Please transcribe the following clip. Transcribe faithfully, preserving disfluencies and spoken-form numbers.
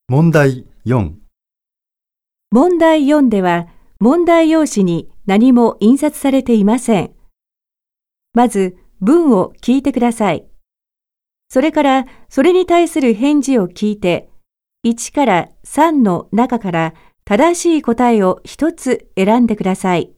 問題よん。 問題よんでは、問題用紙に何も印刷されていません。まず、文を聞いてください。それから、それに対する返事を聞いて、いちからさんの中から正しい答えをひとつ選んでください。